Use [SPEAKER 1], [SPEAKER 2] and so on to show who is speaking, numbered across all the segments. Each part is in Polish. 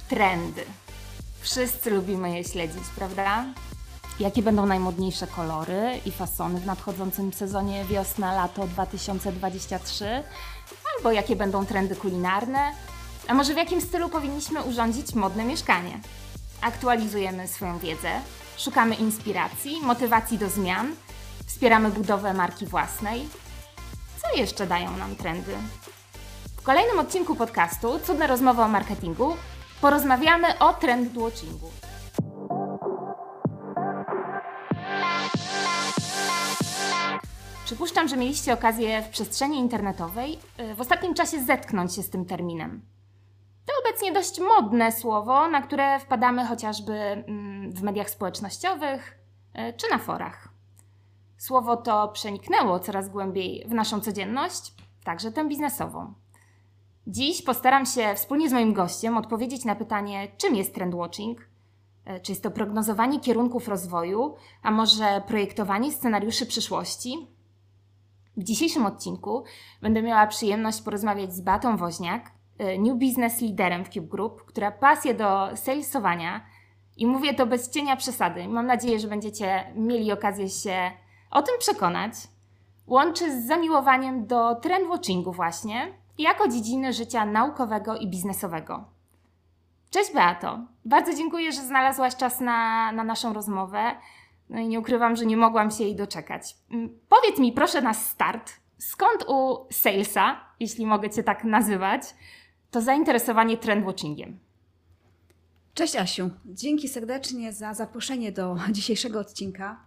[SPEAKER 1] Trendy. Wszyscy lubimy je śledzić, prawda? Jakie będą najmodniejsze kolory i fasony w nadchodzącym sezonie wiosna-lato 2023? Albo jakie będą trendy kulinarne? A może w jakim stylu powinniśmy urządzić modne mieszkanie? Aktualizujemy swoją wiedzę, szukamy inspiracji, motywacji do zmian, wspieramy budowę marki własnej. Co jeszcze dają nam trendy? W kolejnym odcinku podcastu Cudne rozmowy o marketingu porozmawiamy o trendwatchingu. Przypuszczam, że mieliście okazję w przestrzeni internetowej w ostatnim czasie zetknąć się z tym terminem. To obecnie dość modne słowo, na które wpadamy chociażby w mediach społecznościowych czy na forach. Słowo to przeniknęło coraz głębiej w naszą codzienność, także tę biznesową. Dziś postaram się wspólnie z moim gościem odpowiedzieć na pytanie, czym jest trendwatching, czy jest to prognozowanie kierunków rozwoju, a może projektowanie scenariuszy przyszłości. W dzisiejszym odcinku będę miała przyjemność porozmawiać z Beatą Woźniak, New Business Liderem w Cube Group, która pasję do salesowania, i mówię to bez cienia przesady, mam nadzieję, że będziecie mieli okazję się o tym przekonać, łączy z zamiłowaniem do trendwatchingu właśnie, jako dziedziny życia naukowego i biznesowego. Cześć Beato, bardzo dziękuję, że znalazłaś czas na naszą rozmowę. No i nie ukrywam, że nie mogłam się jej doczekać. Powiedz mi proszę na start, skąd u salesa, jeśli mogę Cię tak nazywać, to zainteresowanie trendwatchingiem?
[SPEAKER 2] Cześć Asiu, dzięki serdecznie za zaproszenie do dzisiejszego odcinka.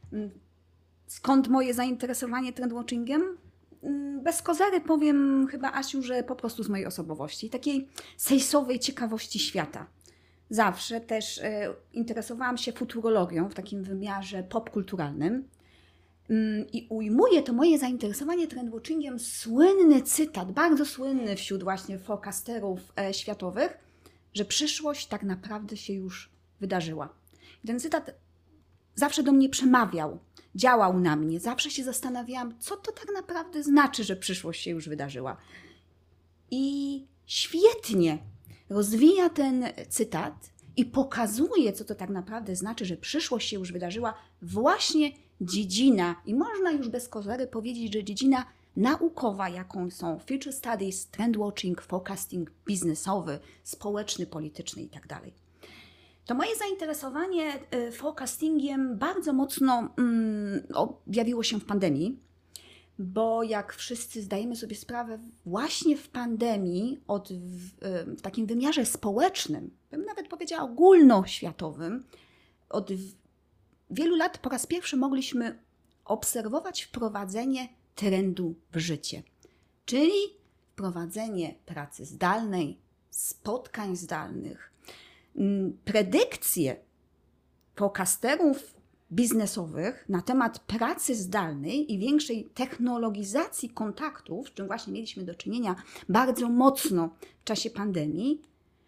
[SPEAKER 2] Skąd moje zainteresowanie trendwatchingiem? Bez kozery powiem chyba, Asiu, że po prostu z mojej osobowości, takiej salesowej ciekawości świata. Zawsze też interesowałam się futurologią w takim wymiarze popkulturalnym i ujmuje to moje zainteresowanie trendwatchingiem słynny cytat, bardzo słynny wśród właśnie forecasterów światowych, że przyszłość tak naprawdę się już wydarzyła. I ten cytat zawsze do mnie przemawiał, działał na mnie. Zawsze się zastanawiałam, co to tak naprawdę znaczy, że przyszłość się już wydarzyła. I świetnie rozwija ten cytat i pokazuje, co to tak naprawdę znaczy, że przyszłość się już wydarzyła, właśnie dziedzina, i można już bez kozery powiedzieć, że dziedzina naukowa, jaką są future studies, trendwatching, forecasting biznesowy, społeczny, polityczny itd. To moje zainteresowanie forecastingiem bardzo mocno objawiło się w pandemii, bo jak wszyscy zdajemy sobie sprawę, właśnie w pandemii, w takim wymiarze społecznym, bym nawet powiedziała ogólnoświatowym, od wielu lat po raz pierwszy mogliśmy obserwować wprowadzenie trendu w życie, czyli wprowadzenie pracy zdalnej, spotkań zdalnych, predykcje forecasterów biznesowych na temat pracy zdalnej i większej technologizacji kontaktów, z czym właśnie mieliśmy do czynienia bardzo mocno w czasie pandemii,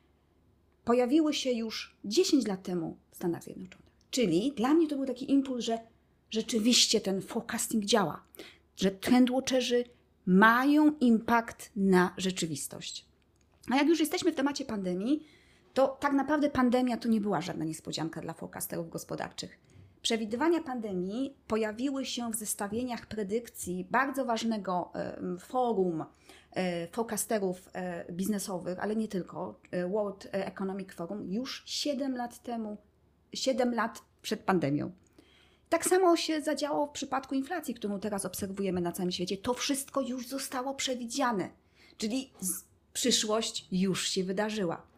[SPEAKER 2] pojawiły się już 10 lat temu w Stanach Zjednoczonych. Czyli dla mnie to był taki impuls, że rzeczywiście ten forecasting działa, że trendwatcherzy mają impact na rzeczywistość. A jak już jesteśmy w temacie pandemii, to tak naprawdę pandemia to nie była żadna niespodzianka dla forecasterów gospodarczych. Przewidywania pandemii pojawiły się w zestawieniach predykcji bardzo ważnego forum forecasterów biznesowych, ale nie tylko, World Economic Forum, już 7 lat temu, 7 lat przed pandemią. Tak samo się zadziało w przypadku inflacji, którą teraz obserwujemy na całym świecie. To wszystko już zostało przewidziane, czyli przyszłość już się wydarzyła.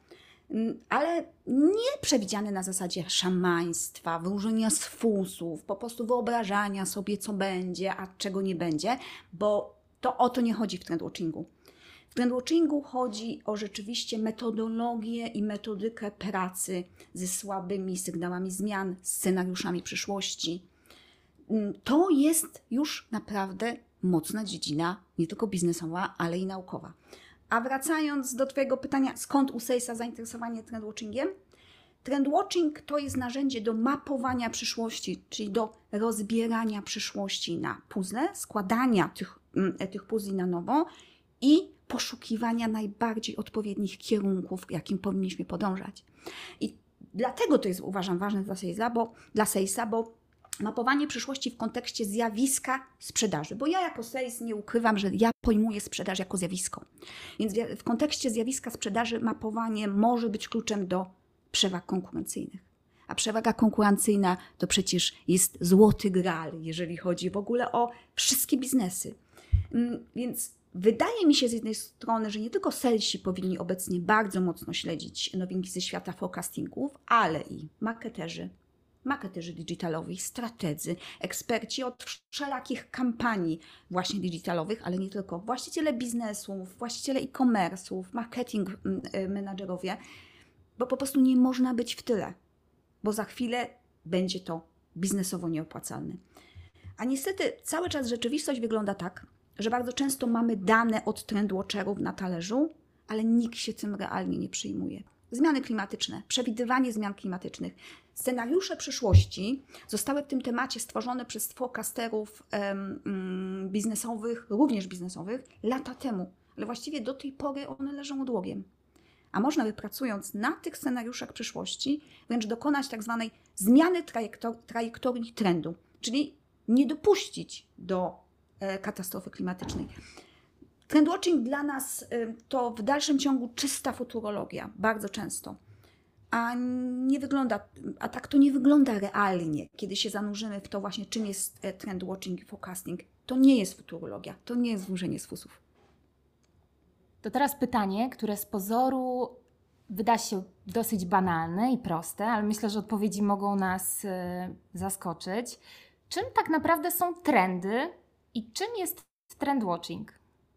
[SPEAKER 2] Ale nie przewidziane na zasadzie szamaństwa, wróżenia z fusów, po prostu wyobrażania sobie, co będzie, a czego nie będzie, bo to o to nie chodzi w trendwatchingu. W trendwatchingu chodzi o rzeczywiście metodologię i metodykę pracy ze słabymi sygnałami zmian, scenariuszami przyszłości. To jest już naprawdę mocna dziedzina, nie tylko biznesowa, ale i naukowa. A wracając do Twojego pytania, skąd u salesa zainteresowanie trendwatchingiem? Trendwatching to jest narzędzie do mapowania przyszłości, czyli do rozbierania przyszłości na puzzle, składania tych puzli na nowo i poszukiwania najbardziej odpowiednich kierunków, jakim powinniśmy podążać. I dlatego to jest, uważam, ważne dla salesa, bo mapowanie przyszłości w kontekście zjawiska sprzedaży. Bo ja jako sales nie ukrywam, że ja pojmuję sprzedaż jako zjawisko. Więc w kontekście zjawiska sprzedaży mapowanie może być kluczem do przewag konkurencyjnych. A przewaga konkurencyjna to przecież jest złoty graal, jeżeli chodzi w ogóle o wszystkie biznesy. Więc wydaje mi się z jednej strony, że nie tylko salesi powinni obecnie bardzo mocno śledzić nowinki ze świata forecastingów, ale i marketerzy digitalowi, strategzy, eksperci od wszelakich kampanii właśnie digitalowych, ale nie tylko, właściciele biznesów, właściciele e-commerce'ów, marketing menadżerowie, bo po prostu nie można być w tyle, bo za chwilę będzie to biznesowo nieopłacalne. A niestety cały czas rzeczywistość wygląda tak, że bardzo często mamy dane od trendwatcherów na talerzu, ale nikt się tym realnie nie przyjmuje. Zmiany klimatyczne, przewidywanie zmian klimatycznych, scenariusze przyszłości zostały w tym temacie stworzone przez forecasterów biznesowych, również biznesowych, lata temu. Ale właściwie do tej pory one leżą odłogiem. A można by, pracując na tych scenariuszach przyszłości, wręcz dokonać tak zwanej zmiany trajektorii trendu, czyli nie dopuścić do katastrofy klimatycznej. Trendwatching dla nas to w dalszym ciągu czysta futurologia, bardzo często. A tak to nie wygląda realnie, kiedy się zanurzymy w to właśnie, czym jest trendwatching i forecasting. To nie jest futurologia, to nie jest wróżenie z fusów.
[SPEAKER 1] To teraz pytanie, które z pozoru wyda się dosyć banalne i proste, ale myślę, że odpowiedzi mogą nas zaskoczyć. Czym tak naprawdę są trendy i czym jest trendwatching?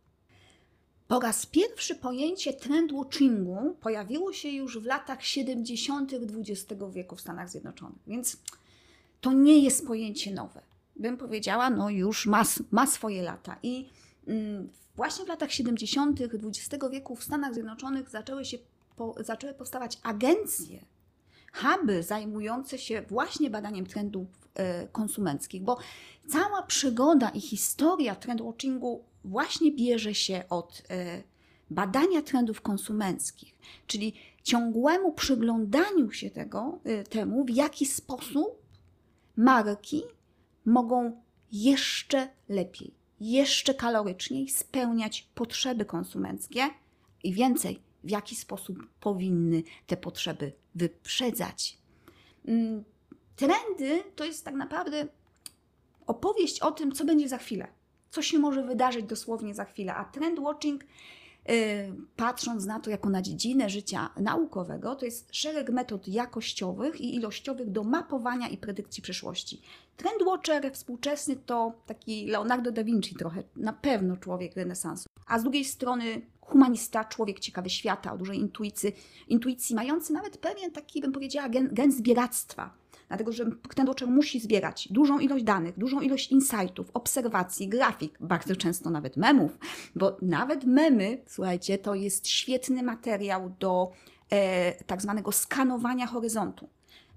[SPEAKER 2] Po raz pierwszy pojęcie trendwatchingu pojawiło się już w latach 70. XX wieku w Stanach Zjednoczonych, więc to nie jest pojęcie nowe. Bym powiedziała, no już ma swoje lata. I właśnie w latach 70. XX wieku w Stanach Zjednoczonych zaczęły powstawać agencje, huby zajmujące się właśnie badaniem trendów konsumenckich, bo cała przygoda i historia trendwatchingu właśnie bierze się od badania trendów konsumenckich, czyli ciągłemu przyglądaniu się temu, w jaki sposób marki mogą jeszcze lepiej, jeszcze kaloryczniej spełniać potrzeby konsumenckie i więcej, w jaki sposób powinny te potrzeby wyprzedzać. Trendy to jest tak naprawdę opowieść o tym, co będzie za chwilę, co się może wydarzyć dosłownie za chwilę, a trendwatching, patrząc na to jako na dziedzinę życia naukowego, to jest szereg metod jakościowych i ilościowych do mapowania i predykcji przyszłości. Trendwatcher współczesny to taki Leonardo da Vinci trochę, na pewno człowiek renesansu, a z drugiej strony humanista, człowiek ciekawy świata, o dużej intuicji, mający nawet pewien taki, bym powiedziała, gen zbieractwa. Dlatego, że trendwatcher musi zbierać dużą ilość danych, dużą ilość insightów, obserwacji, grafik, bardzo często nawet memów, bo nawet memy, słuchajcie, to jest świetny materiał do tak zwanego skanowania horyzontu.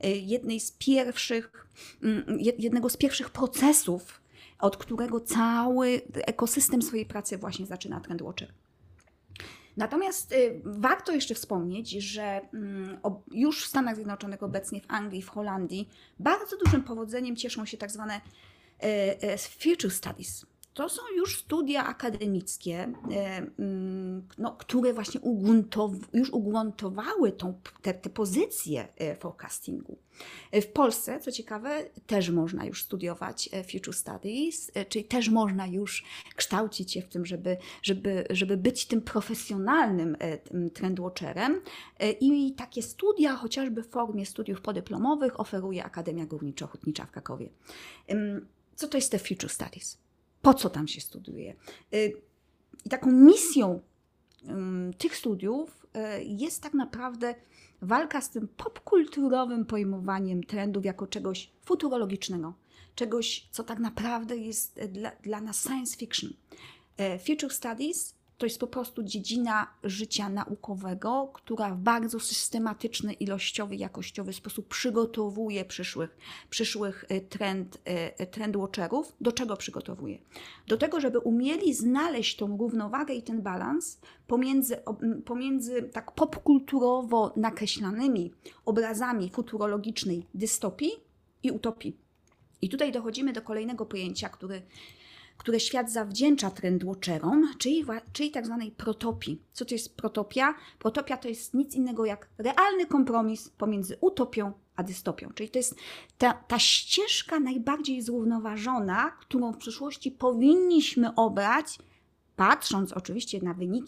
[SPEAKER 2] Jednego z pierwszych procesów, od którego cały ekosystem swojej pracy właśnie zaczyna trendwatcher. Natomiast warto jeszcze wspomnieć, że już w Stanach Zjednoczonych, obecnie w Anglii, w Holandii, bardzo dużym powodzeniem cieszą się tak zwane future studies. To są już studia akademickie, które właśnie już ugruntowały te pozycje forecastingu. W Polsce, co ciekawe, też można już studiować future studies, czyli też można już kształcić się w tym, żeby być tym profesjonalnym trendwatcherem. I takie studia, chociażby w formie studiów podyplomowych, oferuje Akademia Górniczo-Hutnicza w Krakowie. Co to jest te future studies? Po co tam się studiuje? I taką misją tych studiów jest tak naprawdę walka z tym popkulturowym pojmowaniem trendów jako czegoś futurologicznego, czegoś, co tak naprawdę jest dla nas science fiction. Future studies to jest po prostu dziedzina życia naukowego, która w bardzo systematyczny, ilościowy, jakościowy sposób przygotowuje przyszłych trend watcherów. Do czego przygotowuje? Do tego, żeby umieli znaleźć tą równowagę i ten balans pomiędzy tak popkulturowo nakreślanymi obrazami futurologicznej dystopii i utopii. I tutaj dochodzimy do kolejnego pojęcia, które świat zawdzięcza trendwatcherom, czyli tak zwanej protopii. Co to jest protopia? Protopia to jest nic innego jak realny kompromis pomiędzy utopią a dystopią. Czyli to jest ta ścieżka najbardziej zrównoważona, którą w przyszłości powinniśmy obrać, patrząc oczywiście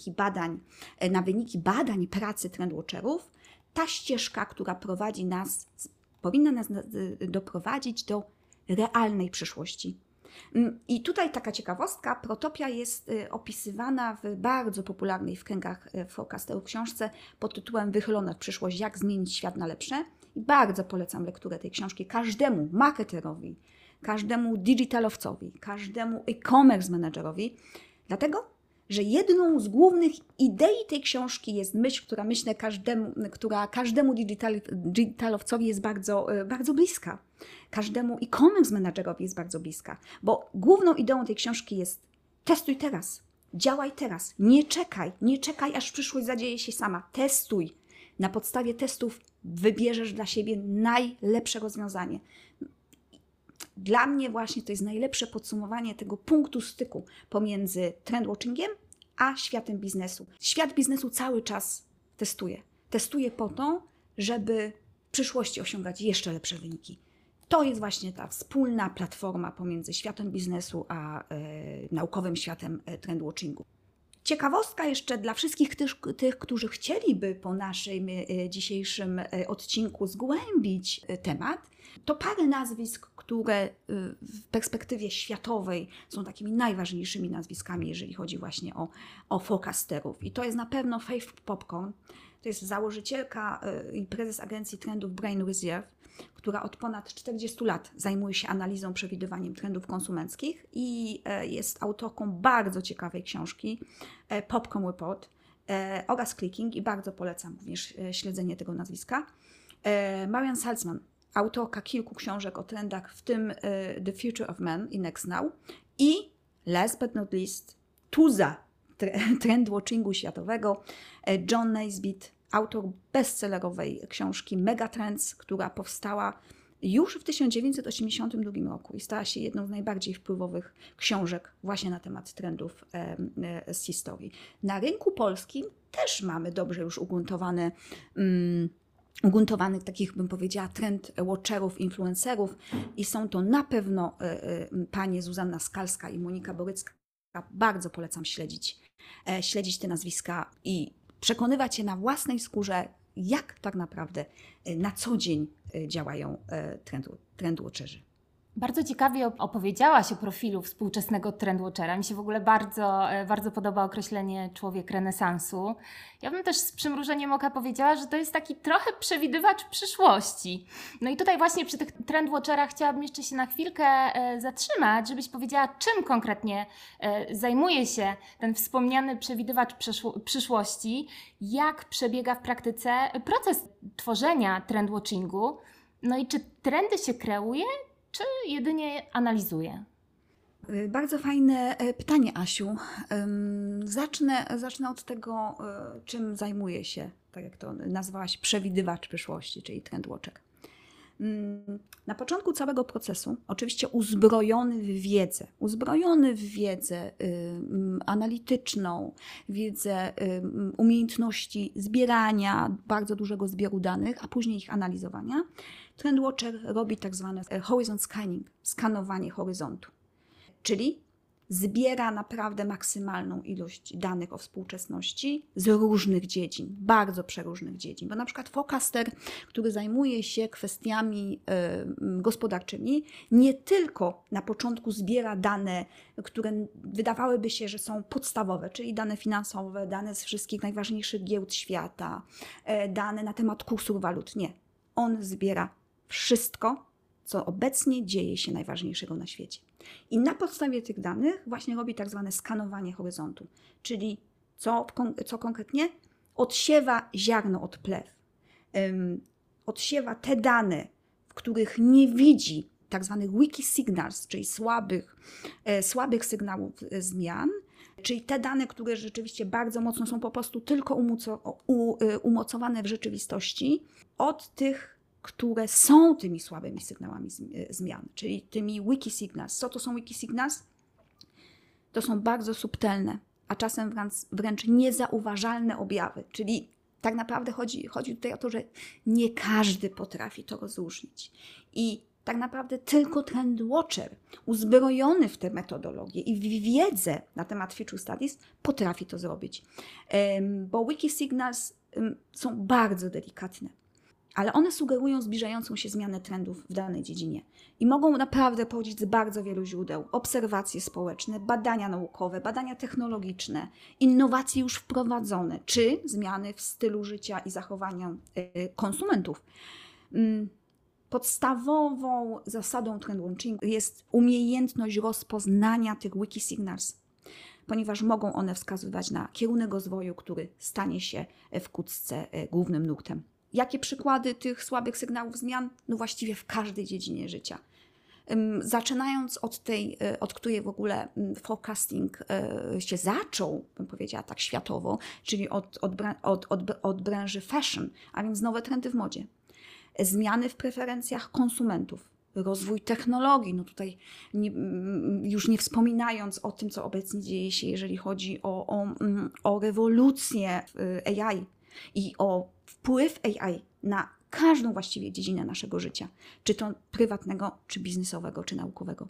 [SPEAKER 2] na wyniki badań pracy trendwatcherów. Ta ścieżka, która powinna nas doprowadzić do realnej przyszłości. I tutaj taka ciekawostka, protopia jest opisywana w bardzo popularnej w kręgach forecasterów książce pod tytułem Wychylona w przyszłość, jak zmienić świat na lepsze. I bardzo polecam lekturę tej książki każdemu marketerowi, każdemu digitalowcowi, każdemu e-commerce managerowi, dlatego, że jedną z głównych idei tej książki jest myśl, która każdemu digitalowcowi jest bardzo, bardzo bliska. Każdemu e-commerce managerowi jest bardzo bliska, bo główną ideą tej książki jest testuj teraz, działaj teraz, nie czekaj aż przyszłość zadzieje się sama, testuj. Na podstawie testów wybierzesz dla siebie najlepsze rozwiązanie. Dla mnie właśnie to jest najlepsze podsumowanie tego punktu styku pomiędzy trendwatchingiem a światem biznesu. Świat biznesu cały czas testuje. Testuje po to, żeby w przyszłości osiągać jeszcze lepsze wyniki. To jest właśnie ta wspólna platforma pomiędzy światem biznesu a naukowym światem trendwatchingu. Ciekawostka jeszcze dla wszystkich tych, którzy chcieliby po naszym dzisiejszym odcinku zgłębić temat, to parę nazwisk, które w perspektywie światowej są takimi najważniejszymi nazwiskami, jeżeli chodzi właśnie o forecasterów. I to jest na pewno Faith Popcorn, to jest założycielka i prezes agencji trendów Brain Reserve, która od ponad 40 lat zajmuje się analizą, przewidywaniem trendów konsumenckich i jest autorką bardzo ciekawej książki Popcorn Report oraz Clicking i bardzo polecam również śledzenie tego nazwiska. Marian Salzman, autorka kilku książek o trendach, w tym The Future of Man i Next Now i last but not least tuza trendwatchingu światowego John Naisbitt, autor bestsellerowej książki Megatrends, która powstała już w 1982 roku i stała się jedną z najbardziej wpływowych książek właśnie na temat trendów z historii. Na rynku polskim też mamy dobrze już ugruntowanych takich, bym powiedziała, trend watcherów, influencerów i są to na pewno panie Zuzanna Skalska i Monika Borycka. Bardzo polecam śledzić te nazwiska i przekonywać się na własnej skórze, jak tak naprawdę na co dzień działają trendwatcherzy.
[SPEAKER 1] Bardzo ciekawie opowiedziałaś o profilu współczesnego trendwatchera. Mi się w ogóle bardzo podoba określenie człowiek renesansu. Ja bym też z przymrużeniem oka powiedziała, że to jest taki trochę przewidywacz przyszłości. No i tutaj właśnie przy tych trendwatcherach chciałabym jeszcze się na chwilkę zatrzymać, żebyś powiedziała, czym konkretnie zajmuje się ten wspomniany przewidywacz przyszłości, jak przebiega w praktyce proces tworzenia trendwatchingu, no i czy trendy się kreuje, czy jedynie analizuje?
[SPEAKER 2] Bardzo fajne pytanie, Asiu. Zacznę od tego, czym zajmuje się, tak jak to nazwałaś, przewidywacz przyszłości, czyli trendwatcher. Na początku całego procesu, oczywiście uzbrojony w wiedzę analityczną, wiedzę umiejętności zbierania bardzo dużego zbioru danych, a później ich analizowania, trendwatcher robi tak zwane horizon scanning, skanowanie horyzontu, czyli zbiera naprawdę maksymalną ilość danych o współczesności z różnych dziedzin, bardzo przeróżnych dziedzin. Bo na przykład forecaster, który zajmuje się kwestiami gospodarczymi, nie tylko na początku zbiera dane, które wydawałyby się, że są podstawowe, czyli dane finansowe, dane z wszystkich najważniejszych giełd świata, dane na temat kursów walut. Nie. On zbiera wszystko, co obecnie dzieje się najważniejszego na świecie. I na podstawie tych danych właśnie robi tak zwane skanowanie horyzontu, czyli Co konkretnie? Odsiewa ziarno od plew. Odsiewa te dane, w których nie widzi tak zwanych wiki signals, czyli słabych sygnałów zmian, czyli te dane, które rzeczywiście bardzo mocno są po prostu tylko umocowane w rzeczywistości, od tych, które są tymi słabymi sygnałami zmian, czyli tymi wiki signals. Co to są wiki signals? To są bardzo subtelne, a czasem wręcz niezauważalne objawy, czyli tak naprawdę chodzi tutaj o to, że nie każdy potrafi to rozróżnić. I tak naprawdę tylko trend watcher uzbrojony w tę metodologię i w wiedzę na temat feature studies potrafi to zrobić. Bo wiki signals są bardzo delikatne, ale one sugerują zbliżającą się zmianę trendów w danej dziedzinie i mogą naprawdę pochodzić z bardzo wielu źródeł. Obserwacje społeczne, badania naukowe, badania technologiczne, innowacje już wprowadzone, czy zmiany w stylu życia i zachowania konsumentów. Podstawową zasadą trend watchingu jest umiejętność rozpoznania tych wiki signals, ponieważ mogą one wskazywać na kierunek rozwoju, który stanie się wkrótce głównym nurtem. Jakie przykłady tych słabych sygnałów zmian? No właściwie w każdej dziedzinie życia. Zaczynając od której w ogóle forecasting się zaczął, bym powiedziała tak światowo, czyli od branży fashion, a więc nowe trendy w modzie. Zmiany w preferencjach konsumentów, rozwój technologii, no tutaj już nie wspominając o tym, co obecnie dzieje się, jeżeli chodzi o rewolucję AI i o wpływ AI na każdą właściwie dziedzinę naszego życia, czy to prywatnego, czy biznesowego, czy naukowego.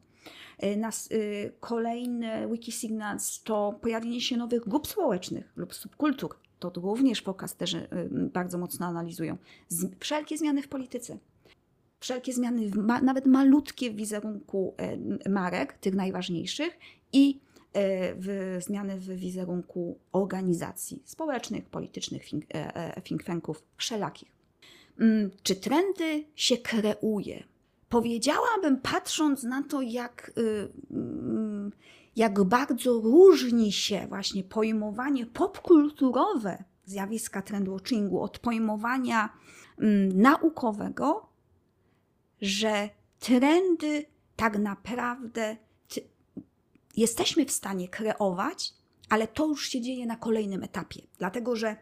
[SPEAKER 2] Kolejne wiki signals to pojawienie się nowych grup społecznych lub subkultur. To również forecasterzy bardzo mocno analizują. Wszelkie zmiany w polityce, wszelkie zmiany, nawet malutkie w wizerunku marek, tych najważniejszych, i zmiany w wizerunku organizacji społecznych, politycznych, think tanków, wszelakich. Czy trendy się kreuje? Powiedziałabym, patrząc na to, jak bardzo różni się właśnie pojmowanie popkulturowe zjawiska trendwatchingu od pojmowania naukowego, że trendy tak naprawdę jesteśmy w stanie kreować, ale to już się dzieje na kolejnym etapie, dlatego że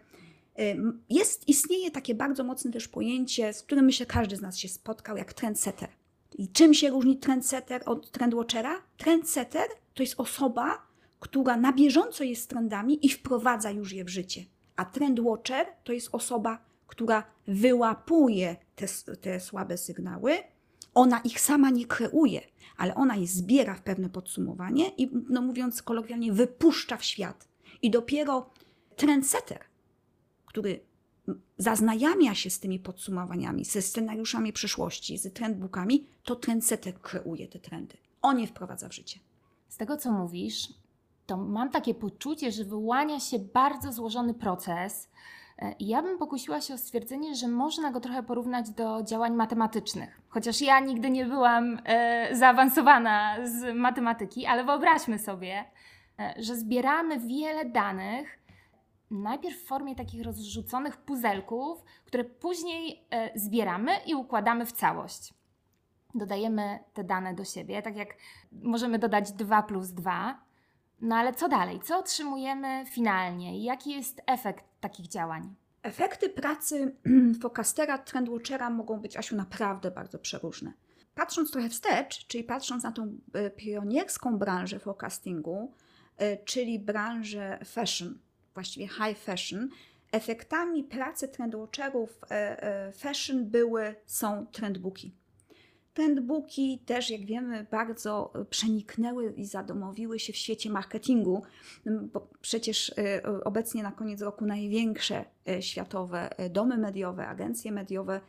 [SPEAKER 2] istnieje takie bardzo mocne też pojęcie, z którym myślę każdy z nas się spotkał, jak trendsetter. I czym się różni trendsetter od trendwatchera? Trendsetter to jest osoba, która na bieżąco jest z trendami i wprowadza już je w życie. A trendwatcher to jest osoba, która wyłapuje te słabe sygnały. Ona ich sama nie kreuje, ale ona je zbiera w pewne podsumowanie i, no mówiąc kolokwialnie, wypuszcza w świat. I dopiero trendsetter, który zaznajamia się z tymi podsumowaniami, ze scenariuszami przyszłości, z trendbookami, to trendsetter kreuje te trendy. On je wprowadza w życie.
[SPEAKER 1] Z tego, co mówisz, to mam takie poczucie, że wyłania się bardzo złożony proces i ja bym pokusiła się o stwierdzenie, że można go trochę porównać do działań matematycznych. Chociaż ja nigdy nie byłam zaawansowana z matematyki, ale wyobraźmy sobie, że zbieramy wiele danych, najpierw w formie takich rozrzuconych puzelków, które później zbieramy i układamy w całość. Dodajemy te dane do siebie, tak jak możemy dodać 2 + 2. No ale co dalej? Co otrzymujemy finalnie? Jaki jest efekt takich działań?
[SPEAKER 2] Efekty pracy forecastera, trendwatchera mogą być, Asiu, naprawdę bardzo przeróżne. Patrząc trochę wstecz, czyli patrząc na tą pionierską branżę forecastingu, czyli branżę fashion, właściwie high fashion, efektami pracy trendwatcherów fashion są trendbooki. Trendbooki też, jak wiemy, bardzo przeniknęły i zadomowiły się w świecie marketingu, bo przecież obecnie na koniec roku największe światowe domy mediowe, agencje mediowe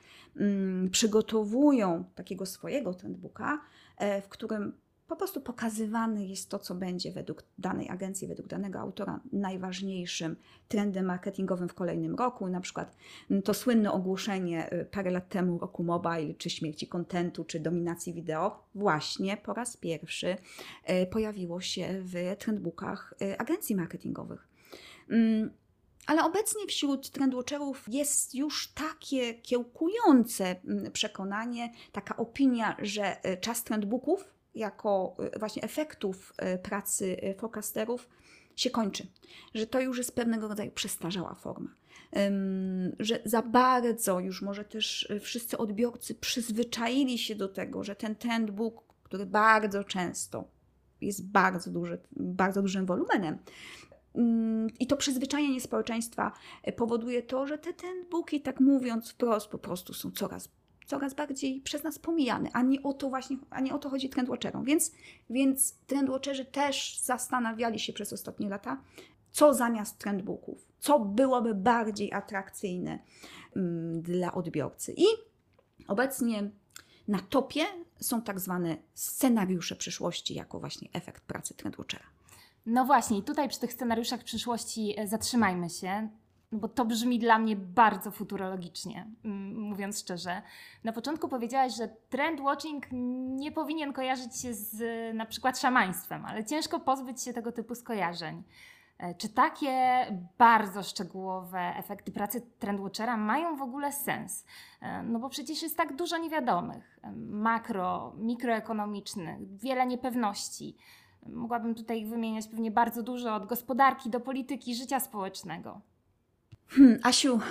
[SPEAKER 2] przygotowują takiego swojego trendbooka, w którym po prostu pokazywane jest to, co będzie według danej agencji, według danego autora najważniejszym trendem marketingowym w kolejnym roku. Na przykład to słynne ogłoszenie parę lat temu roku mobile, czy śmierci kontentu, czy dominacji wideo właśnie po raz pierwszy pojawiło się w trendbookach agencji marketingowych. Ale obecnie wśród trendwatcherów jest już takie kiełkujące przekonanie, taka opinia, że czas trendbooków jako właśnie efektów pracy forecasterów się kończy. Że to już jest pewnego rodzaju przestarzała forma. Że za bardzo już może też wszyscy odbiorcy przyzwyczaili się do tego, że ten trendbook, który bardzo często jest bardzo dużym wolumenem, i to przyzwyczajenie społeczeństwa powoduje to, że te trendbooki, tak mówiąc wprost, po prostu są coraz bardziej przez nas pomijane, a nie o to chodzi trendwatcherom. Więc trendwatcherzy też zastanawiali się przez ostatnie lata, co zamiast trendbooków, co byłoby bardziej atrakcyjne dla odbiorcy. I obecnie na topie są tak zwane scenariusze przyszłości jako właśnie efekt pracy trendwatchera.
[SPEAKER 1] No właśnie, i tutaj przy tych scenariuszach przyszłości zatrzymajmy się, bo to brzmi dla mnie bardzo futurologicznie, mówiąc szczerze. Na początku powiedziałaś, że trend watching nie powinien kojarzyć się z na przykład szamaństwem, ale ciężko pozbyć się tego typu skojarzeń. Czy takie bardzo szczegółowe efekty pracy trendwatchera mają w ogóle sens? No bo przecież jest tak dużo niewiadomych, mikroekonomicznych, wiele niepewności. Mogłabym tutaj wymieniać pewnie bardzo dużo, od gospodarki do polityki, życia społecznego.
[SPEAKER 2] Asiu,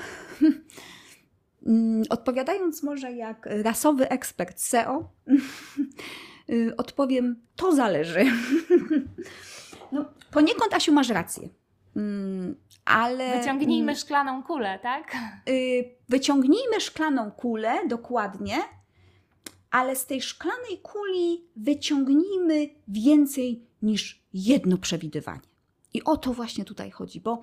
[SPEAKER 2] odpowiadając może jak rasowy ekspert SEO, odpowiem, to zależy. No, poniekąd, Asiu, masz rację. Ale
[SPEAKER 1] wyciągnijmy szklaną kulę, tak?
[SPEAKER 2] Wyciągnijmy szklaną kulę, dokładnie, ale z tej szklanej kuli wyciągnijmy więcej niż jedno przewidywanie. I o to właśnie tutaj chodzi, bo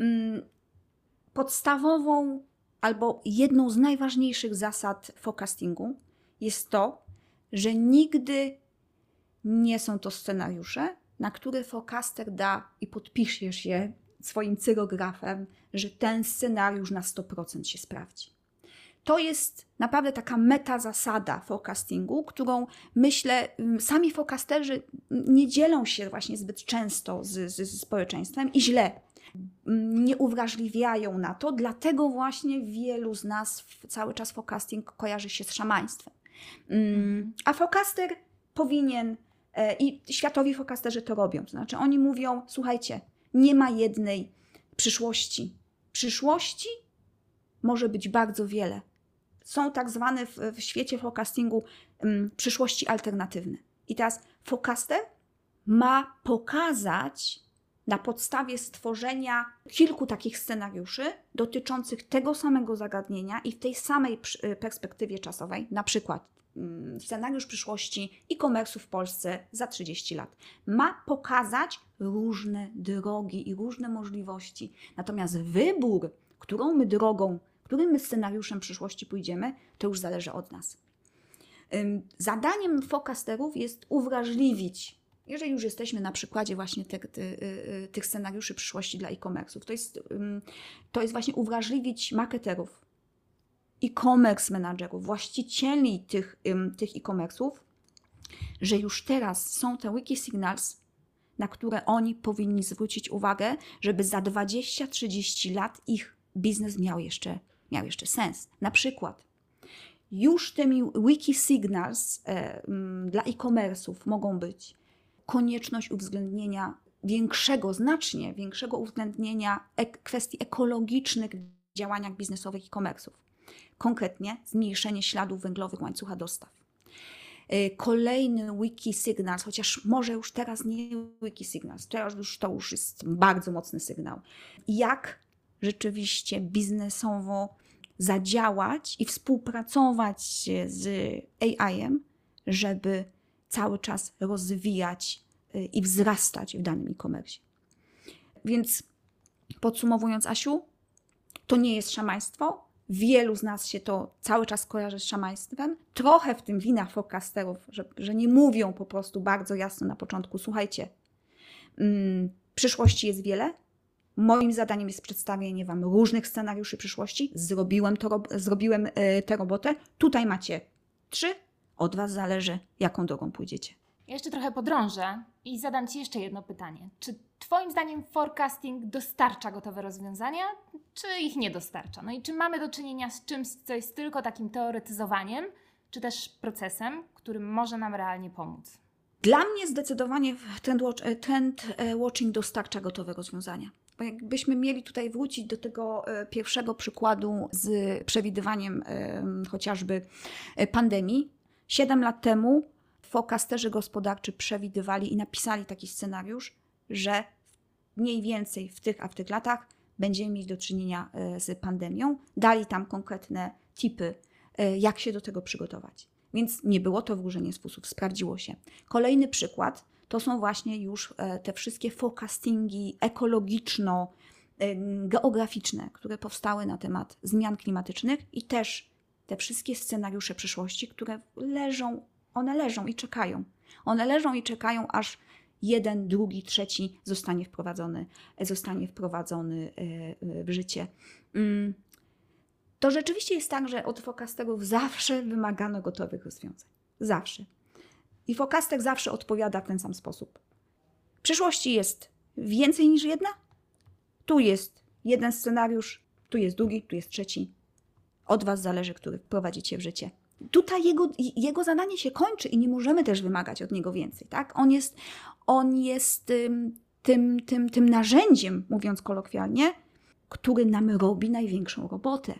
[SPEAKER 2] podstawową albo jedną z najważniejszych zasad forecastingu jest to, że nigdy nie są to scenariusze, na które forecaster da i podpiszesz je swoim cyrografem, że ten scenariusz na 100% się sprawdzi. To jest naprawdę taka meta zasada forecastingu, którą myślę sami forecasterzy nie dzielą się właśnie zbyt często z społeczeństwem i źle. Nie uwrażliwiają na to, dlatego właśnie wielu z nas cały czas forecasting kojarzy się z szamaństwem. A forecaster powinien, i światowi forecasterzy to robią, to znaczy oni mówią, słuchajcie, nie ma jednej przyszłości. Przyszłości może być bardzo wiele. Są tak zwane w świecie forecastingu przyszłości alternatywne. I teraz forecaster ma pokazać na podstawie stworzenia kilku takich scenariuszy dotyczących tego samego zagadnienia i w tej samej perspektywie czasowej, na przykład scenariusz przyszłości e-commerce'u w Polsce za 30 lat. Ma pokazać różne drogi i różne możliwości. Natomiast wybór, którym my scenariuszem przyszłości pójdziemy, to już zależy od nas. Zadaniem forecasterów jest uwrażliwić, jeżeli już jesteśmy na przykładzie właśnie tych scenariuszy przyszłości dla e-commerce'ów, to jest właśnie uwrażliwić marketerów, e-commerce menadżerów, właścicieli tych e-commerce'ów, że już teraz są te wikisignals, na które oni powinni zwrócić uwagę, żeby za 20-30 lat ich biznes miał jeszcze sens. Na przykład już tymi wikisignals dla e-commerce'ów mogą być konieczność uwzględnienia znacznie większego uwzględnienia kwestii ekologicznych w działaniach biznesowych e-commerce'ów. Konkretnie zmniejszenie śladów węglowych łańcucha dostaw. Kolejny wikisignals, chociaż może już teraz nie wikisignals, to już jest bardzo mocny sygnał. Jak rzeczywiście biznesowo zadziałać i współpracować z AI-em, żeby cały czas rozwijać i wzrastać w danym e-commerce. Więc podsumowując, Asiu, to nie jest szamaństwo. Wielu z nas się to cały czas kojarzy z szamaństwem. Trochę w tym wina forecasterów, że nie mówią po prostu bardzo jasno na początku, słuchajcie, przyszłości jest wiele. Moim zadaniem jest przedstawienie Wam różnych scenariuszy przyszłości. Zrobiłem tę robotę. Tutaj macie 3. Od Was zależy, jaką drogą pójdziecie.
[SPEAKER 1] Ja jeszcze trochę podrążę i zadam Ci jeszcze jedno pytanie. Czy Twoim zdaniem forecasting dostarcza gotowe rozwiązania, czy ich nie dostarcza? No i czy mamy do czynienia z czymś, co jest tylko takim teoretyzowaniem, czy też procesem, który może nam realnie pomóc?
[SPEAKER 2] Dla mnie zdecydowanie trend watching dostarcza gotowe rozwiązania. Bo jakbyśmy mieli tutaj wrócić do tego pierwszego przykładu z przewidywaniem chociażby pandemii, 7 lat temu forecasterzy gospodarczy przewidywali i napisali taki scenariusz, że mniej więcej w tych latach będziemy mieć do czynienia z pandemią. Dali tam konkretne tipy, jak się do tego przygotować. Więc nie było to wróżenie z fusów, sprawdziło się. Kolejny przykład to są właśnie już te wszystkie forecastingi ekologiczno-geograficzne, które powstały na temat zmian klimatycznych i też te wszystkie scenariusze przyszłości, które leżą i czekają. One leżą i czekają, aż jeden, drugi, trzeci zostanie wprowadzony w życie. To rzeczywiście jest tak, że od forecasterów zawsze wymagano gotowych rozwiązań. Zawsze. I forecaster zawsze odpowiada w ten sam sposób. W przyszłości jest więcej niż jedna. Tu jest jeden scenariusz, tu jest drugi, tu jest trzeci. Od Was zależy, który wprowadzicie w życie. Tutaj jego zadanie się kończy i nie możemy też wymagać od niego więcej. Tak? On jest tym narzędziem, mówiąc kolokwialnie, który nam robi największą robotę.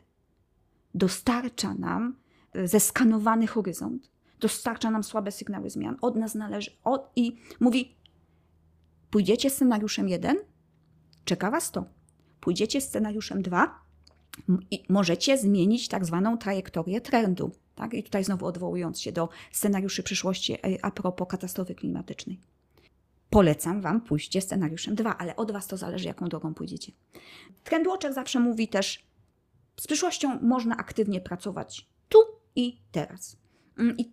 [SPEAKER 2] Dostarcza nam zeskanowany horyzont, dostarcza nam słabe sygnały zmian, od nas należy, i mówi, pójdziecie scenariuszem 1, czeka Was to. Pójdziecie scenariuszem 2 i możecie zmienić tak zwaną trajektorię trendu. Tak? I tutaj znowu odwołując się do scenariuszy przyszłości a propos katastrofy klimatycznej. Polecam Wam pójście scenariuszem 2, ale od Was to zależy, jaką drogą pójdziecie. Trendwatcher zawsze mówi też, z przyszłością można aktywnie pracować tu i teraz. I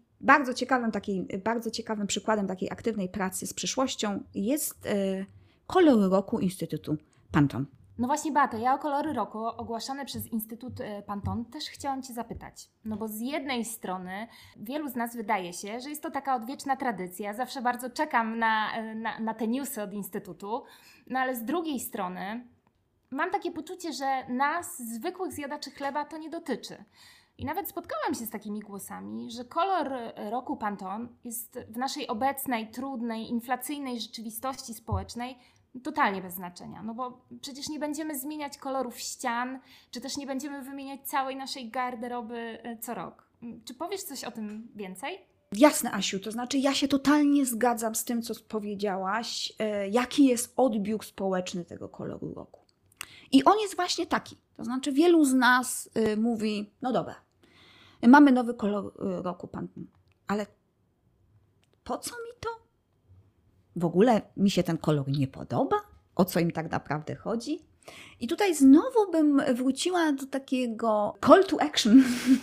[SPEAKER 2] bardzo ciekawym przykładem takiej aktywnej pracy z przyszłością jest kolor roku Instytutu Pantone.
[SPEAKER 1] No właśnie, Beato, ja o kolory roku ogłaszane przez Instytut Pantone też chciałam Cię zapytać. No bo z jednej strony wielu z nas wydaje się, że jest to taka odwieczna tradycja. Zawsze bardzo czekam na te newsy od Instytutu. No ale z drugiej strony mam takie poczucie, że nas, zwykłych zjadaczy chleba, to nie dotyczy. I nawet spotkałam się z takimi głosami, że kolor roku Pantone jest w naszej obecnej, trudnej, inflacyjnej rzeczywistości społecznej totalnie bez znaczenia. No bo przecież nie będziemy zmieniać kolorów ścian, czy też nie będziemy wymieniać całej naszej garderoby co rok. Czy powiesz coś o tym więcej?
[SPEAKER 2] Jasne, Asiu, to znaczy ja się totalnie zgadzam z tym, co powiedziałaś, jaki jest odbiór społeczny tego koloru roku. I on jest właśnie taki. To znaczy wielu z nas mówi, no dobra, mamy nowy kolor roku, ale po co mi to? W ogóle mi się ten kolor nie podoba? O co im tak naprawdę chodzi? I tutaj znowu bym wróciła do takiego call to action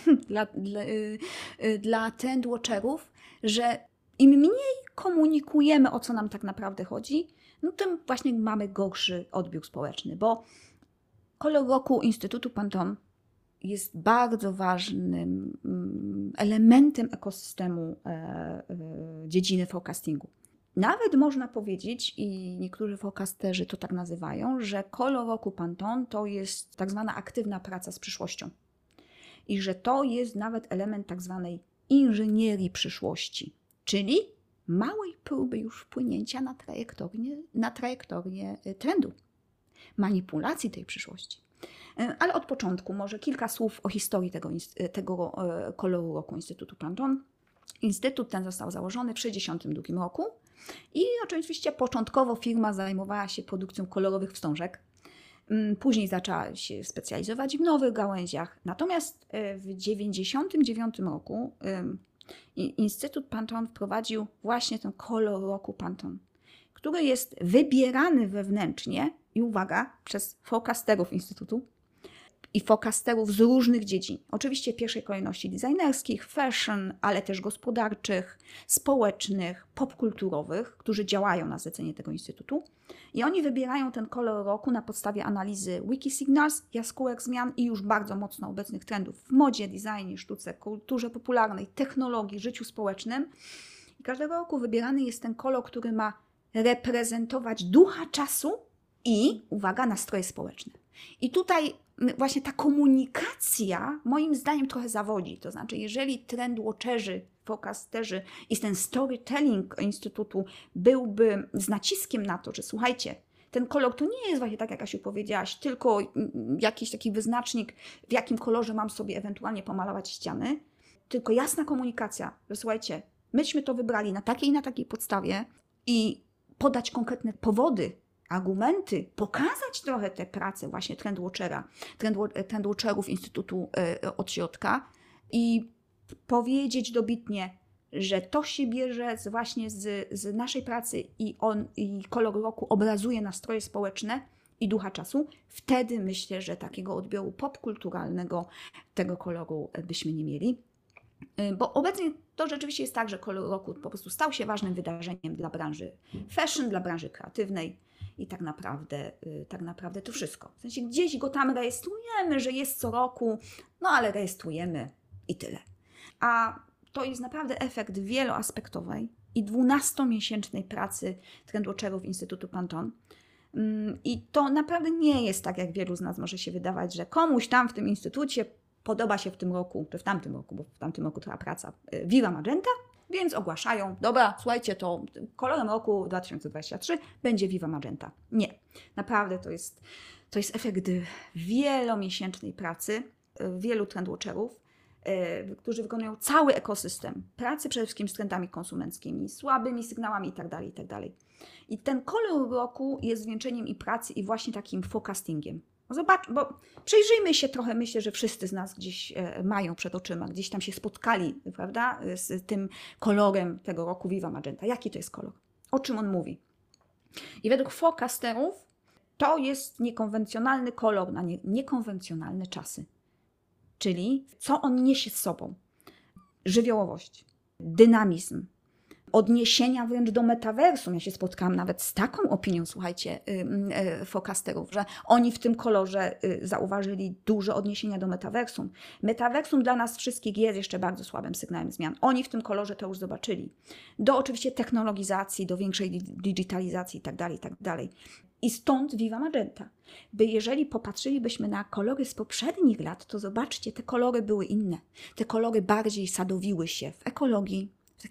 [SPEAKER 2] dla trendwatcherów, że im mniej komunikujemy, o co nam tak naprawdę chodzi, no tym właśnie mamy gorszy odbiór społeczny, bo kolor roku Instytutu Pantone jest bardzo ważnym elementem ekosystemu dziedziny forecastingu. Nawet można powiedzieć, i niektórzy forecasterzy to tak nazywają, że kolor roku Pantone to jest tak zwana aktywna praca z przyszłością. I że to jest nawet element tak zwanej inżynierii przyszłości, czyli małej próby już wpłynięcia na trajektorię trendu, manipulacji tej przyszłości. Ale od początku może kilka słów o historii tego koloru roku Instytutu Pantone. Instytut ten został założony w 1962 roku i oczywiście początkowo firma zajmowała się produkcją kolorowych wstążek. Później zaczęła się specjalizować w nowych gałęziach. Natomiast w 1999 roku Instytut Pantone wprowadził właśnie ten kolor roku Pantone, który jest wybierany wewnętrznie i uwaga, przez forecasterów Instytutu i forecasterów z różnych dziedzin. Oczywiście w pierwszej kolejności designerskich, fashion, ale też gospodarczych, społecznych, popkulturowych, którzy działają na zlecenie tego instytutu. I oni wybierają ten kolor roku na podstawie analizy Wikisignals, jaskółek zmian i już bardzo mocno obecnych trendów w modzie, designie, sztuce, kulturze popularnej, technologii, życiu społecznym. Każdego roku wybierany jest ten kolor, który ma reprezentować ducha czasu i, uwaga, nastroje społeczne. I tutaj właśnie ta komunikacja moim zdaniem trochę zawodzi. To znaczy, jeżeli trendwatcherzy, forecasterzy i ten storytelling Instytutu byłby z naciskiem na to, że słuchajcie, ten kolor to nie jest właśnie tak, jak Asiu powiedziałaś, tylko jakiś taki wyznacznik, w jakim kolorze mam sobie ewentualnie pomalować ściany, tylko jasna komunikacja, że słuchajcie, myśmy to wybrali na takiej i na takiej podstawie i podać konkretne powody, argumenty, pokazać trochę te prace właśnie trendwatcherów Instytutu od środka i powiedzieć dobitnie, że to się bierze właśnie z naszej pracy i kolor roku obrazuje nastroje społeczne i ducha czasu, wtedy myślę, że takiego odbioru popkulturalnego tego koloru byśmy nie mieli. Bo obecnie to rzeczywiście jest tak, że kolor roku po prostu stał się ważnym wydarzeniem dla branży fashion, dla branży kreatywnej i tak naprawdę to wszystko. W sensie gdzieś go tam rejestrujemy, że jest co roku, no ale rejestrujemy i tyle. A to jest naprawdę efekt wieloaspektowej i 12-miesięcznej pracy trendwatcherów Instytutu Pantone. I to naprawdę nie jest tak, jak wielu z nas może się wydawać, że komuś tam w tym instytucie podoba się w tym roku, czy w tamtym roku, bo w tamtym roku trwa praca, Viva Magenta, więc ogłaszają, dobra, słuchajcie, to kolorem roku 2023 będzie Viva Magenta. Nie, naprawdę to jest efekt wielomiesięcznej pracy wielu trendwatcherów, którzy wykonują cały ekosystem pracy przede wszystkim z trendami konsumenckimi, słabymi sygnałami itd., itd. I ten kolor roku jest zwieńczeniem i pracy i właśnie takim forecastingiem. Zobacz, bo przyjrzyjmy się trochę, myślę, że wszyscy z nas gdzieś mają przed oczyma, gdzieś tam się spotkali, prawda, z tym kolorem tego roku Viva Magenta. Jaki to jest kolor? O czym on mówi? I według forecasterów to jest niekonwencjonalny kolor na niekonwencjonalne czasy. Czyli co on niesie z sobą? Żywiołowość, dynamizm, odniesienia wręcz do metaversum. Ja się spotkałam nawet z taką opinią, słuchajcie, forecasterów, że oni w tym kolorze zauważyli duże odniesienia do metaversum. Metaversum dla nas wszystkich jest jeszcze bardzo słabym sygnałem zmian. Oni w tym kolorze to już zobaczyli. Do oczywiście technologizacji, do większej digitalizacji itd., itd. I stąd Viva Magenta. By jeżeli popatrzylibyśmy na kolory z poprzednich lat, to zobaczcie, te kolory były inne. Te kolory bardziej sadowiły się w ekologii,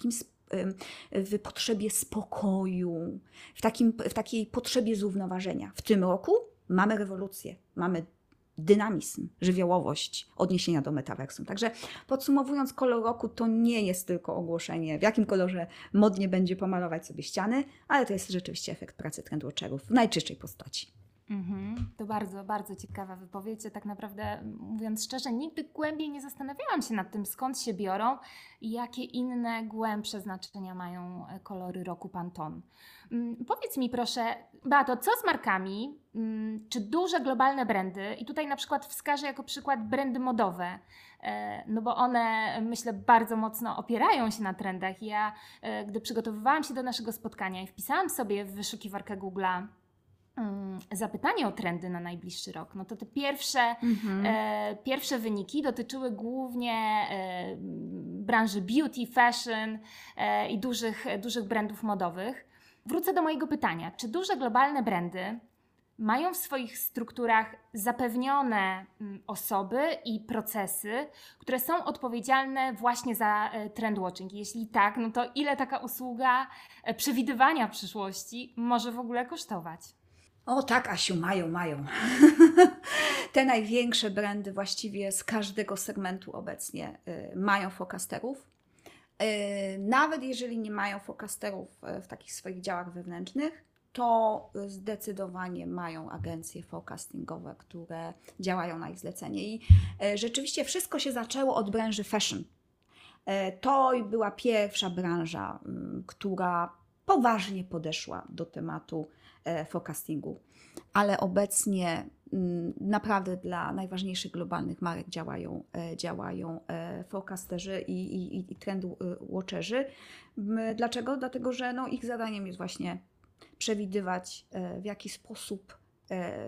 [SPEAKER 2] w potrzebie spokoju, w takiej potrzebie zrównoważenia. W tym roku mamy rewolucję, mamy dynamizm, żywiołowość, odniesienia do metaversum. Także podsumowując, kolor roku to nie jest tylko ogłoszenie, w jakim kolorze modnie będzie pomalować sobie ściany, ale to jest rzeczywiście efekt pracy trendwatcherów w najczystszej postaci.
[SPEAKER 1] To bardzo, bardzo ciekawa wypowiedź. Tak naprawdę, mówiąc szczerze, nigdy głębiej nie zastanawiałam się nad tym, skąd się biorą i jakie inne, głębsze znaczenia mają kolory roku Pantone. Powiedz mi proszę, Beato, co z markami? Czy duże globalne brandy, i tutaj na przykład wskażę jako przykład brandy modowe, no bo one, myślę, bardzo mocno opierają się na trendach. Ja, gdy przygotowywałam się do naszego spotkania i wpisałam sobie w wyszukiwarkę Google'a zapytanie o trendy na najbliższy rok, no to te pierwsze wyniki dotyczyły głównie branży beauty, fashion i dużych brandów modowych. Wrócę do mojego pytania. Czy duże globalne brandy mają w swoich strukturach zapewnione osoby i procesy, które są odpowiedzialne właśnie za trendwatching? Jeśli tak, no to ile taka usługa przewidywania przyszłości może w ogóle kosztować?
[SPEAKER 2] O tak, Asiu, mają. Te największe brandy właściwie z każdego segmentu obecnie mają forecasterów. Nawet jeżeli nie mają forecasterów w takich swoich działach wewnętrznych, to zdecydowanie mają agencje forecastingowe, które działają na ich zlecenie. I rzeczywiście wszystko się zaczęło od branży fashion. To była pierwsza branża, która poważnie podeszła do tematu forecastingu, ale obecnie naprawdę dla najważniejszych globalnych marek działają forecasterzy i trendwatcherzy. Dlaczego? Dlatego, że ich zadaniem jest właśnie przewidywać, w jaki sposób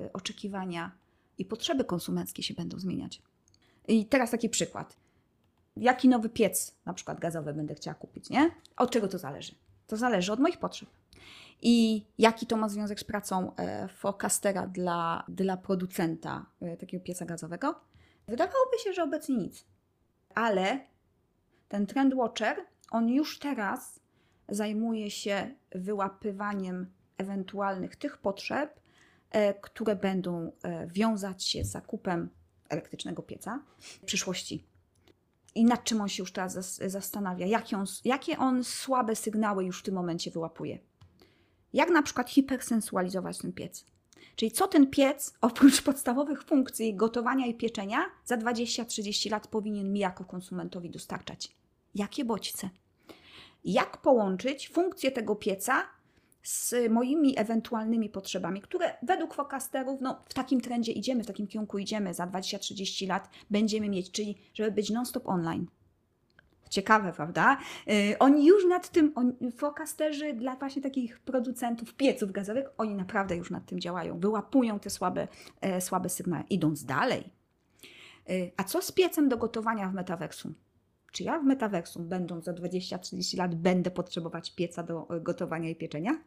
[SPEAKER 2] oczekiwania i potrzeby konsumenckie się będą zmieniać. I teraz taki przykład. jaki nowy piec na przykład gazowy będę chciała kupić, nie? Od czego to zależy? To zależy od moich potrzeb. I jaki to ma związek z pracą forecastera dla producenta takiego pieca gazowego? Wydawałoby się, że obecnie nic. Ale ten Trend Watcher, on już teraz zajmuje się wyłapywaniem ewentualnych tych potrzeb, które będą wiązać się z zakupem elektrycznego pieca w przyszłości. I nad czym on się już teraz zastanawia, jakie on słabe sygnały już w tym momencie wyłapuje. Jak na przykład hipersensualizować ten piec. Czyli co ten piec, oprócz podstawowych funkcji gotowania i pieczenia, za 20-30 lat powinien mi jako konsumentowi dostarczać. Jakie bodźce? Jak połączyć funkcję tego pieca z moimi ewentualnymi potrzebami, które według forecasterów w takim trendzie idziemy, w takim kierunku idziemy, za 20-30 lat będziemy mieć, czyli żeby być non-stop online. Ciekawe, prawda? Oni już nad tym, forecasterzy dla właśnie takich producentów pieców gazowych, oni naprawdę już nad tym działają, wyłapują te słabe sygnały, idąc dalej. A co z piecem do gotowania w metaversum? Czy ja w metaversum, będąc za 20-30 lat, będę potrzebować pieca do gotowania i pieczenia?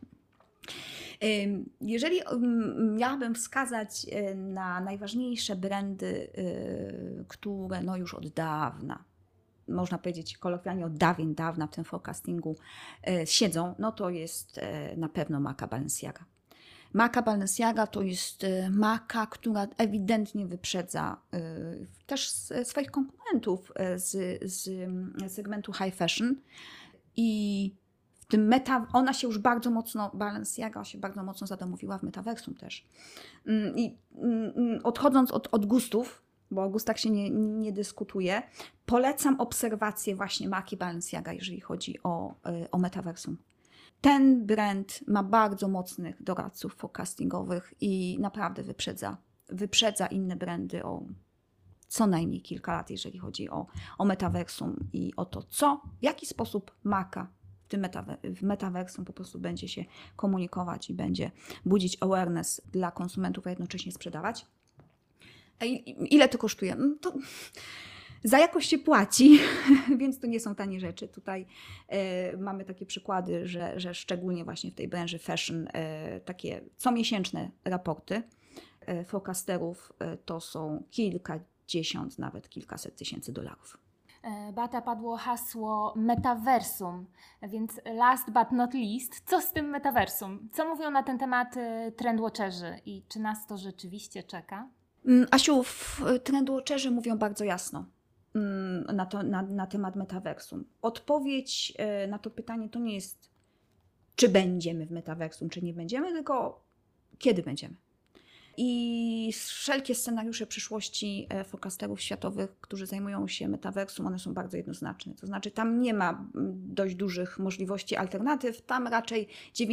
[SPEAKER 2] Jeżeli miałabym wskazać na najważniejsze brandy, które już od dawna, można powiedzieć kolokwialnie od dawna w tym forecastingu siedzą, to jest na pewno marka Balenciaga. Marka Balenciaga to jest marka, która ewidentnie wyprzedza też swoich konkurentów z segmentu high fashion i w tym ona się już bardzo mocno, Balenciaga się bardzo mocno zadomowiła w metaversum też. I odchodząc od gustów, bo o gustach się nie dyskutuje, polecam obserwację właśnie marki Balenciaga, jeżeli chodzi o metaversum. Ten brand ma bardzo mocnych doradców forecastingowych i naprawdę wyprzedza inne brandy o co najmniej kilka lat, jeżeli chodzi o metaversum i o to, w jaki sposób marka w metaversum po prostu będzie się komunikować i będzie budzić awareness dla konsumentów, a jednocześnie sprzedawać. Ile to kosztuje? To za jakość się płaci, więc to nie są tanie rzeczy. Tutaj mamy takie przykłady, że szczególnie właśnie w tej branży fashion takie comiesięczne raporty forecasterów to są kilkadziesiąt, nawet kilkaset tysięcy dolarów.
[SPEAKER 1] Beata, padło hasło metaversum, więc last but not least, co z tym metaversum? Co mówią na ten temat trendwatcherzy i czy nas to rzeczywiście czeka?
[SPEAKER 2] Asiu, trendwatcherzy mówią bardzo jasno na temat metaversum. Odpowiedź na to pytanie to nie jest, czy będziemy w metaversum, czy nie będziemy, tylko kiedy będziemy. I wszelkie scenariusze przyszłości forecasterów światowych, którzy zajmują się metaversum, one są bardzo jednoznaczne. To znaczy tam nie ma dość dużych możliwości alternatyw, tam raczej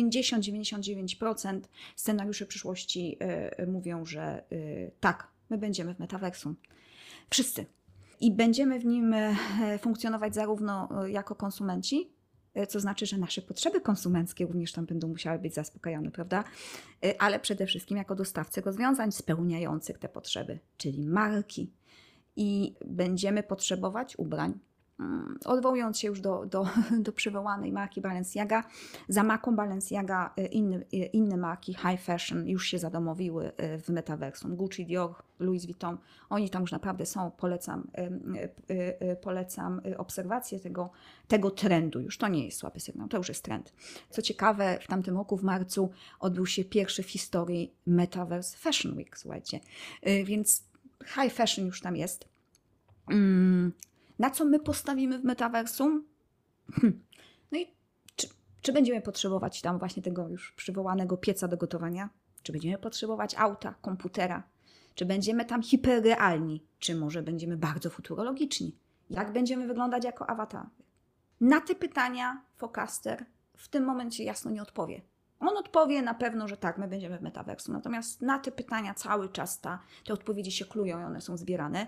[SPEAKER 2] 90-99% scenariuszy przyszłości mówią, że tak, my będziemy w metaversum. Wszyscy. I będziemy w nim funkcjonować zarówno jako konsumenci, co znaczy, że nasze potrzeby konsumenckie również tam będą musiały być zaspokajane, prawda? Ale przede wszystkim jako dostawcy rozwiązań spełniających te potrzeby, czyli marki. I będziemy potrzebować ubrań. Odwołując się już do przywołanej marki Balenciaga, za marką Balenciaga inne marki high fashion już się zadomowiły w metaversum. Gucci, Dior, Louis Vuitton, oni tam już naprawdę są. Polecam obserwację tego trendu. Już to nie jest słaby sygnał, to już jest trend. Co ciekawe, w tamtym roku w marcu odbył się pierwszy w historii Metaverse Fashion Week, słuchajcie. Więc high fashion już tam jest. Na co my postawimy w metaversum? No i czy będziemy potrzebować tam właśnie tego już przywołanego pieca do gotowania? Czy będziemy potrzebować auta, komputera? Czy będziemy tam hiperrealni? Czy może będziemy bardzo futurologiczni? Jak będziemy wyglądać jako awatary? Na te pytania forecaster w tym momencie jasno nie odpowie. On odpowie na pewno, że tak, my będziemy w metaversum. Natomiast na te pytania cały czas te odpowiedzi się klują i one są zbierane.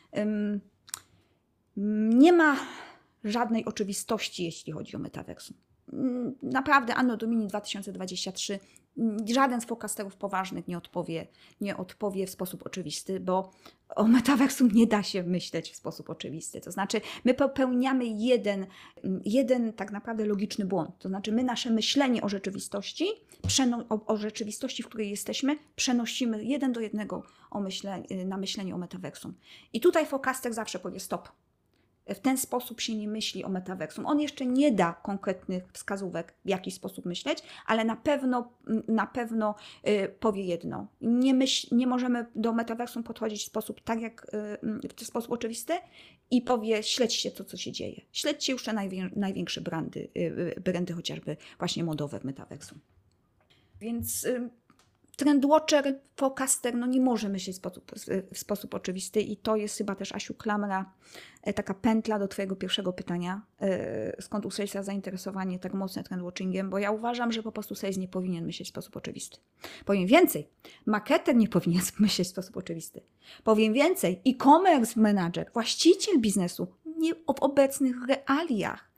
[SPEAKER 2] Nie ma żadnej oczywistości, jeśli chodzi o metaversum. Naprawdę Anno Domini 2023 Żaden z forecasterów poważnych nie odpowie w sposób oczywisty, bo o metaversum nie da się myśleć w sposób oczywisty. To znaczy, my popełniamy jeden tak naprawdę logiczny błąd. To znaczy, my nasze myślenie o rzeczywistości, o rzeczywistości, w której jesteśmy, przenosimy 1:1 na myślenie o metaversum. I tutaj forecaster zawsze powie stop. W ten sposób się nie myśli o metaversum. On jeszcze nie da konkretnych wskazówek, w jaki sposób myśleć, ale na pewno powie jedno. Nie możemy do metaversum podchodzić w sposób w sposób oczywisty i powie, śledźcie to, co się dzieje. Śledźcie już te największe brandy, chociażby właśnie modowe w metaversum. Więc trendwatcher, forecaster nie może myśleć w sposób oczywisty i to jest chyba też, Asiu, klamra, taka pętla do Twojego pierwszego pytania, skąd u salesa zainteresowanie tak mocne trendwatchingiem, bo ja uważam, że po prostu sales nie powinien myśleć w sposób oczywisty. Powiem więcej, marketer nie powinien myśleć w sposób oczywisty. Powiem więcej, e-commerce manager, właściciel biznesu nie w obecnych realiach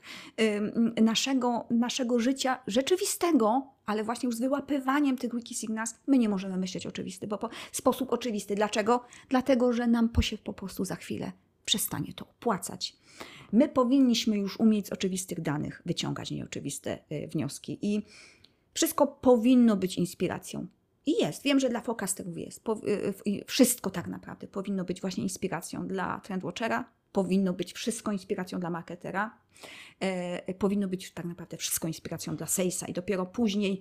[SPEAKER 2] naszego życia rzeczywistego, ale właśnie już z wyłapywaniem tych wikisignals, my nie możemy myśleć oczywisty, bo w sposób oczywisty. Dlaczego? Dlatego, że nam się po prostu za chwilę przestanie to opłacać. My powinniśmy już umieć z oczywistych danych wyciągać nieoczywiste wnioski i wszystko powinno być inspiracją. I jest. Wiem, że dla forecasterów jest. Wszystko tak naprawdę powinno być właśnie inspiracją dla trendwatchera, powinno być wszystko inspiracją dla marketera, powinno być tak naprawdę wszystko inspiracją dla salesa i dopiero później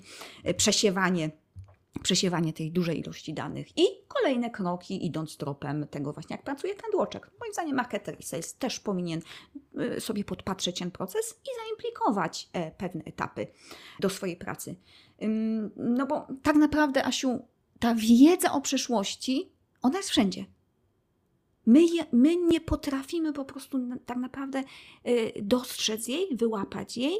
[SPEAKER 2] przesiewanie tej dużej ilości danych i kolejne kroki idąc tropem tego właśnie, jak pracuje trendwatcher. Moim zdaniem marketer i sales też powinien sobie podpatrzeć ten proces i zaimplikować pewne etapy do swojej pracy. No bo tak naprawdę, Asiu, ta wiedza o przyszłości, ona jest wszędzie. My nie potrafimy po prostu tak naprawdę dostrzec jej, wyłapać jej.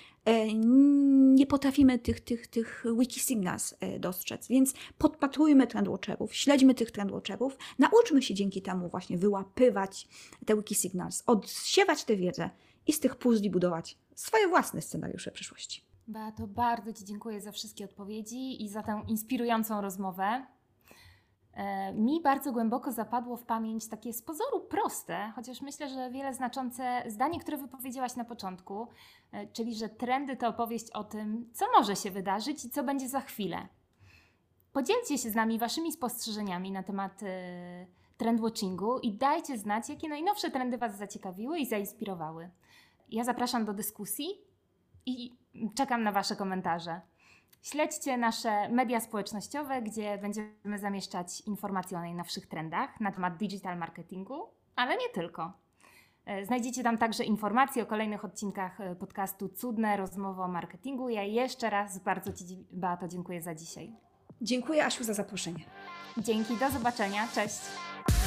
[SPEAKER 2] Nie potrafimy tych wikisignals dostrzec, więc podpatrujmy trendwatcherów, śledźmy tych trendwatcherów, nauczmy się dzięki temu właśnie wyłapywać te wikisignals, odsiewać tę wiedzę i z tych puzli budować swoje własne scenariusze przyszłości.
[SPEAKER 1] Beato, bardzo Ci dziękuję za wszystkie odpowiedzi i za tę inspirującą rozmowę. Mi bardzo głęboko zapadło w pamięć takie z pozoru proste, chociaż myślę, że wiele znaczące zdanie, które wypowiedziałaś na początku, czyli że trendy to opowieść o tym, co może się wydarzyć i co będzie za chwilę. Podzielcie się z nami Waszymi spostrzeżeniami na temat trendwatchingu i dajcie znać, jakie najnowsze trendy Was zaciekawiły i zainspirowały. Ja zapraszam do dyskusji i czekam na Wasze komentarze. Śledźcie nasze media społecznościowe, gdzie będziemy zamieszczać informacje o najnowszych trendach na temat digital marketingu, ale nie tylko. Znajdziecie tam także informacje o kolejnych odcinkach podcastu Cudne rozmowy o marketingu. Ja jeszcze raz bardzo Ci, Beato, dziękuję za dzisiaj.
[SPEAKER 2] Dziękuję, Asiu, za zaproszenie.
[SPEAKER 1] Dzięki, do zobaczenia, cześć.